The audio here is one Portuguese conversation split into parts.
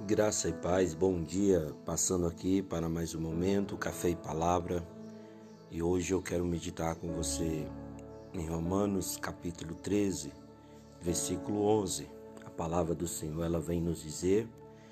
Graça e paz, bom dia, passando aqui para mais um momento, Café e Palavra. E hoje eu quero meditar com você em Romanos capítulo 13, versículo 11. A palavra do Senhor, ela vem nos dizer,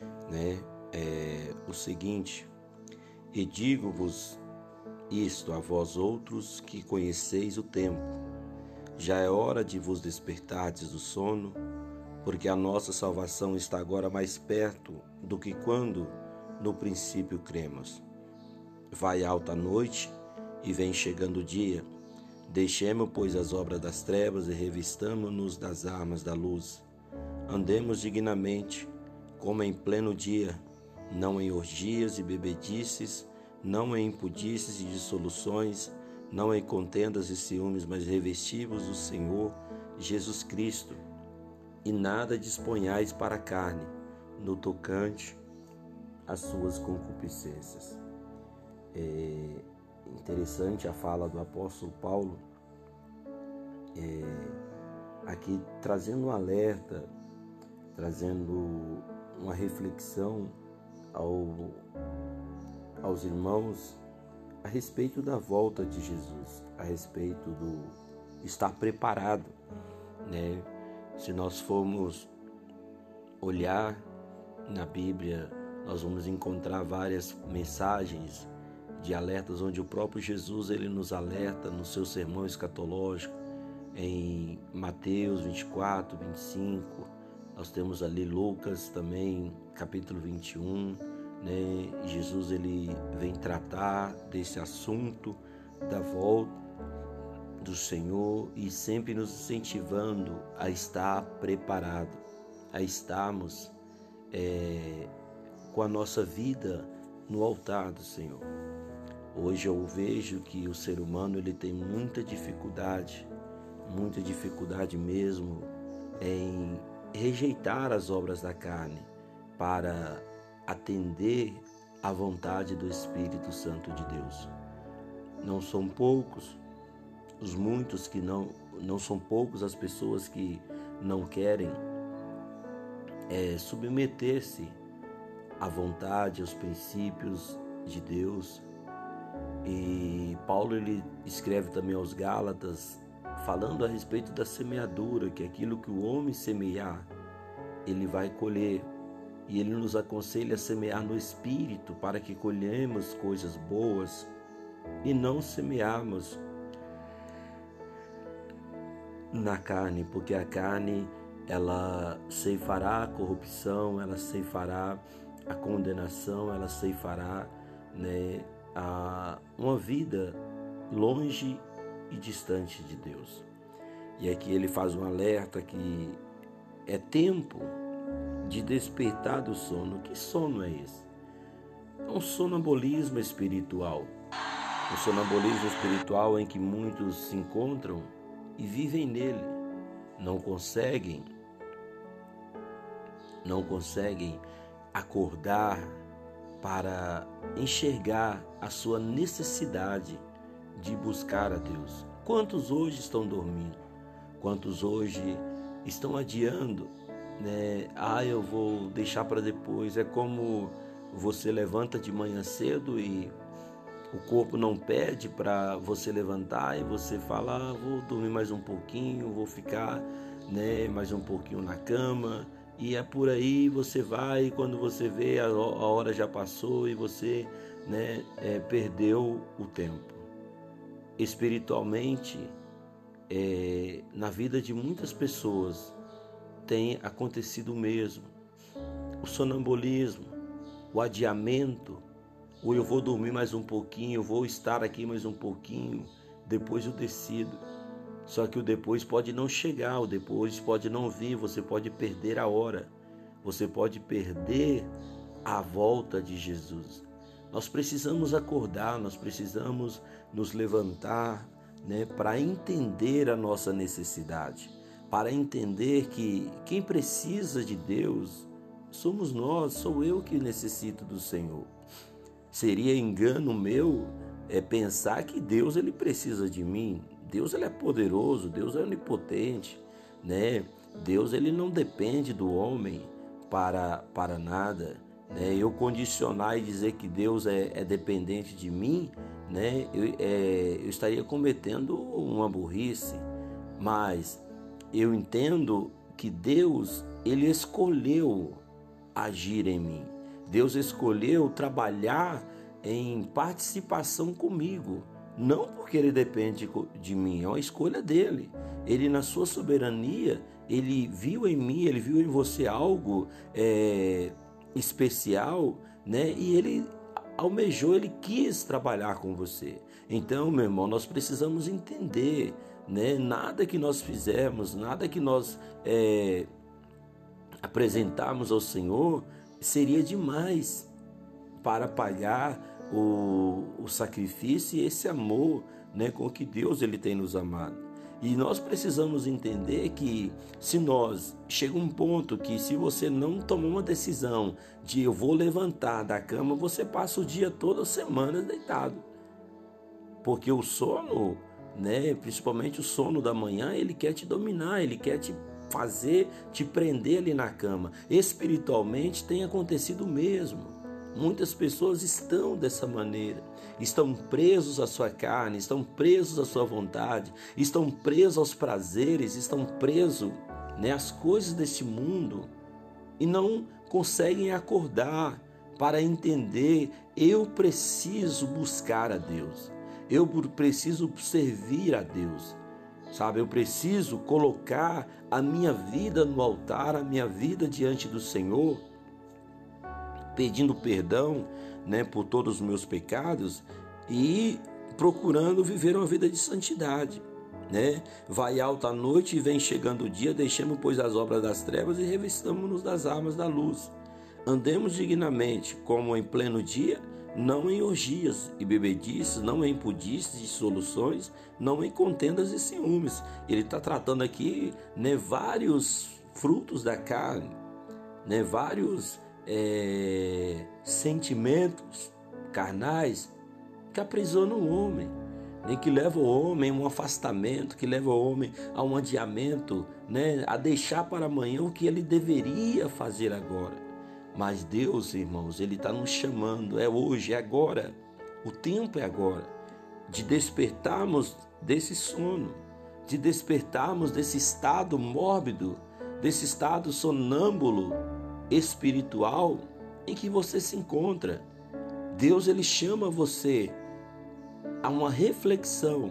o seguinte: E digo-vos isto a vós outros que conheceis o tempo. Já é hora de vos despertardes do sono, porque a nossa salvação está agora mais perto do que quando no princípio cremos. Vai alta a noite e vem chegando o dia. Deixemos, pois, as obras das trevas e revistamo-nos das armas da luz. Andemos dignamente, como em pleno dia, não em orgias e bebedices, não em impudices e dissoluções, não em contendas e ciúmes, mas revestivos do Senhor Jesus Cristo. E nada disponhais para a carne, no tocante às suas concupiscências. É interessante a fala do apóstolo Paulo, aqui trazendo um alerta, trazendo uma reflexão aos irmãos a respeito da volta de Jesus, a respeito do estar preparado, Se nós formos olhar na Bíblia, nós vamos encontrar várias mensagens de alertas onde o próprio Jesus ele nos alerta no seu sermão escatológico. Em Mateus 24, 25, nós temos ali Lucas também, capítulo 21, Jesus ele vem tratar desse assunto da volta do Senhor e sempre nos incentivando a estar preparado, a estarmos com a nossa vida no altar do Senhor. Hoje eu vejo que o ser humano ele tem muita dificuldade mesmo em rejeitar as obras da carne para atender à vontade do Espírito Santo de Deus. Não são poucos os muitos que não são poucos as pessoas que não querem submeter-se à vontade, aos princípios de Deus. E Paulo ele escreve também aos Gálatas, falando a respeito da semeadura, que aquilo que o homem semear, ele vai colher. E ele nos aconselha a semear no Espírito, para que colhemos coisas boas e não semearmos na carne, porque a carne ela ceifará a corrupção, ela ceifará a condenação, ela ceifará uma vida longe e distante de Deus. E aqui ele faz um alerta que é tempo de despertar do sono. Que sono é esse? É um sonambulismo espiritual. Um sonambulismo espiritual em que muitos se encontram e vivem nele, não conseguem acordar para enxergar a sua necessidade de buscar a Deus. Quantos hoje estão dormindo? Quantos hoje estão adiando? Eu vou deixar para depois. É como você levanta de manhã cedo e o corpo não pede para você levantar e você fala, vou dormir mais um pouquinho, vou ficar mais um pouquinho na cama. E é por aí, você vai, e quando você vê, a hora já passou e você perdeu o tempo. Espiritualmente, na vida de muitas pessoas, tem acontecido o mesmo. O sonambulismo, o adiamento, ou eu vou dormir mais um pouquinho, eu vou estar aqui mais um pouquinho, depois eu decido. Só que o depois pode não chegar, o depois pode não vir, você pode perder a hora, você pode perder a volta de Jesus. Nós precisamos acordar, nós precisamos nos levantar, para entender a nossa necessidade, para entender que quem precisa de Deus somos nós, sou eu que necessito do Senhor. Seria engano meu pensar que Deus ele precisa de mim. Deus ele é poderoso, Deus é onipotente, Deus ele não depende do homem para nada, né? Eu condicionar e dizer que Deus é dependente de mim, né? Eu estaria cometendo uma burrice, mas eu entendo que Deus, Ele escolheu agir em mim. Deus escolheu trabalhar em participação comigo, não porque Ele depende de mim, é uma escolha dele. Ele, na sua soberania, Ele viu em mim, Ele viu em você algo especial, né? E Ele almejou, Ele quis trabalhar com você. Então, meu irmão, nós precisamos entender, né? Nada que nós fizermos, nada que nós apresentarmos ao Senhor seria demais para pagar o sacrifício e esse amor, né, com que Deus ele tem nos amado. E nós precisamos entender que se nós chega um ponto que se você não tomar uma decisão de eu vou levantar da cama, você passa o dia todo, a semana deitado. Porque o sono, né, principalmente o sono da manhã, ele quer te dominar, ele quer te prender ali na cama. Espiritualmente tem acontecido o mesmo. Muitas pessoas estão dessa maneira, estão presos à sua carne, estão presos à sua vontade, estão presos aos prazeres, estão presos, né, às coisas deste mundo e não conseguem acordar para entender: eu preciso buscar a Deus, eu preciso servir a Deus. Sabe, eu preciso colocar a minha vida no altar, a minha vida diante do Senhor, pedindo perdão, né, por todos os meus pecados e procurando viver uma vida de santidade, né? Vai alta a noite e vem chegando o dia, deixemos, pois, as obras das trevas e revistamos-nos das armas da luz. Andemos dignamente, como em pleno dia, não em orgias e bebedices, não em impudices e dissoluções, não em contendas e ciúmes. Ele está tratando aqui, né, vários frutos da carne, né, vários sentimentos carnais que aprisionam o homem, né, que levam o homem a um afastamento, que levam o homem a um adiamento, né, a deixar para amanhã o que ele deveria fazer agora. Mas Deus, irmãos, Ele está nos chamando, é hoje, é agora, o tempo é agora, de despertarmos desse sono, de despertarmos desse estado mórbido, desse estado sonâmbulo espiritual em que você se encontra. Deus, Ele chama você a uma reflexão.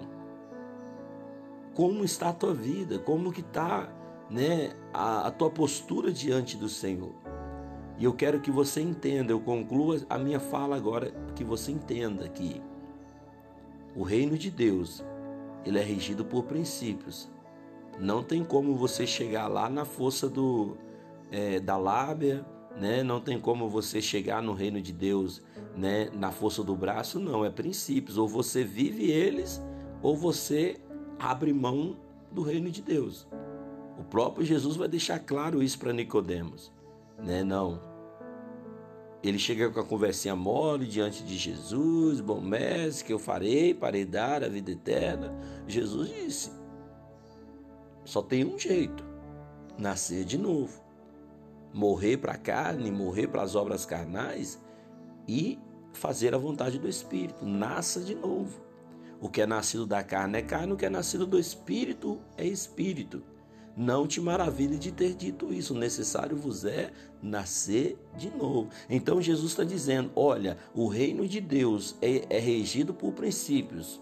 Como está a tua vida, como que está, né, a tua postura diante do Senhor. E eu quero que você entenda, eu concluo a minha fala agora, que você entenda que o reino de Deus, ele é regido por princípios. Não tem como você chegar lá na força da lábia, né? Não tem como você chegar no reino de Deus, né, na força do braço, não. É princípios, ou você vive eles, ou você abre mão do reino de Deus. O próprio Jesus vai deixar claro isso para Nicodemos, né? Não. Ele chega com a conversinha mole diante de Jesus: bom mestre, que eu farei para herdar a vida eterna? Jesus disse: só tem um jeito, nascer de novo, morrer para a carne, morrer para as obras carnais e fazer a vontade do Espírito. Nasça de novo. O que é nascido da carne é carne, o que é nascido do Espírito é Espírito. Não te maravilhe de ter dito isso, necessário vos é nascer de novo. Então Jesus está dizendo: olha, o reino de Deus é regido por princípios.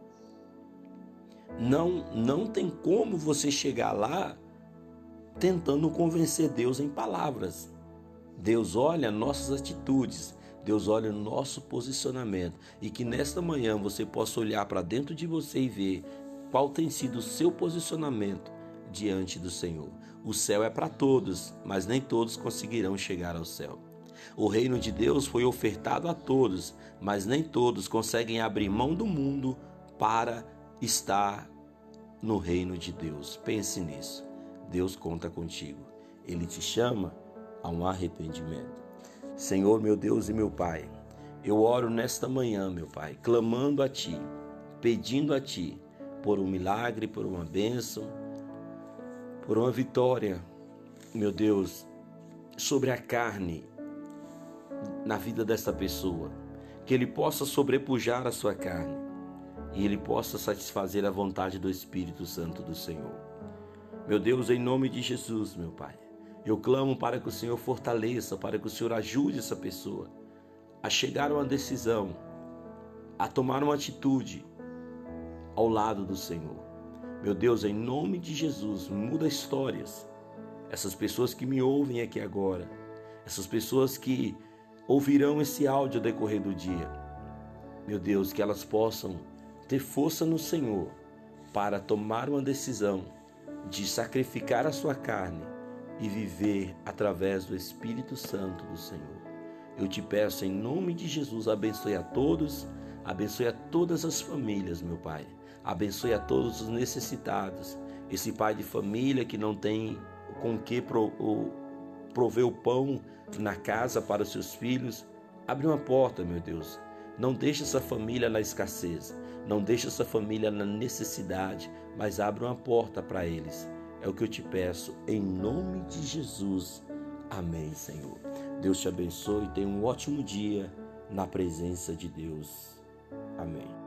Não tem como você chegar lá tentando convencer Deus em palavras. Deus olha nossas atitudes, Deus olha o nosso posicionamento, e que nesta manhã você possa olhar para dentro de você e ver qual tem sido o seu posicionamento diante do Senhor. O céu é para todos, mas nem todos conseguirão chegar ao céu. O reino de Deus foi ofertado a todos, mas nem todos conseguem abrir mão do mundo para estar no reino de Deus. Pense nisso. Deus conta contigo. Ele te chama a um arrependimento. Senhor, meu Deus e meu Pai, eu oro nesta manhã, meu Pai, clamando a Ti, pedindo a Ti por um milagre, por uma bênção, por uma vitória, meu Deus, sobre a carne na vida desta pessoa, que ele possa sobrepujar a sua carne e ele possa satisfazer a vontade do Espírito Santo do Senhor. Meu Deus, em nome de Jesus, meu Pai, eu clamo para que o Senhor fortaleça, para que o Senhor ajude essa pessoa a chegar a uma decisão, a tomar uma atitude ao lado do Senhor. Meu Deus, em nome de Jesus, muda histórias. Essas pessoas que me ouvem aqui agora, essas pessoas que ouvirão esse áudio ao decorrer do dia, meu Deus, que elas possam ter força no Senhor para tomar uma decisão de sacrificar a sua carne e viver através do Espírito Santo do Senhor. Eu te peço em nome de Jesus, abençoe a todos, abençoe a todas as famílias, meu Pai. Abençoe a todos os necessitados. Esse pai de família que não tem com que prover o pão na casa para os seus filhos, abre uma porta, meu Deus. Não deixe essa família na escassez, não deixe essa família na necessidade, mas abre uma porta para eles. É o que eu te peço, em nome de Jesus. Amém, Senhor. Deus te abençoe e tenha um ótimo dia na presença de Deus. Amém.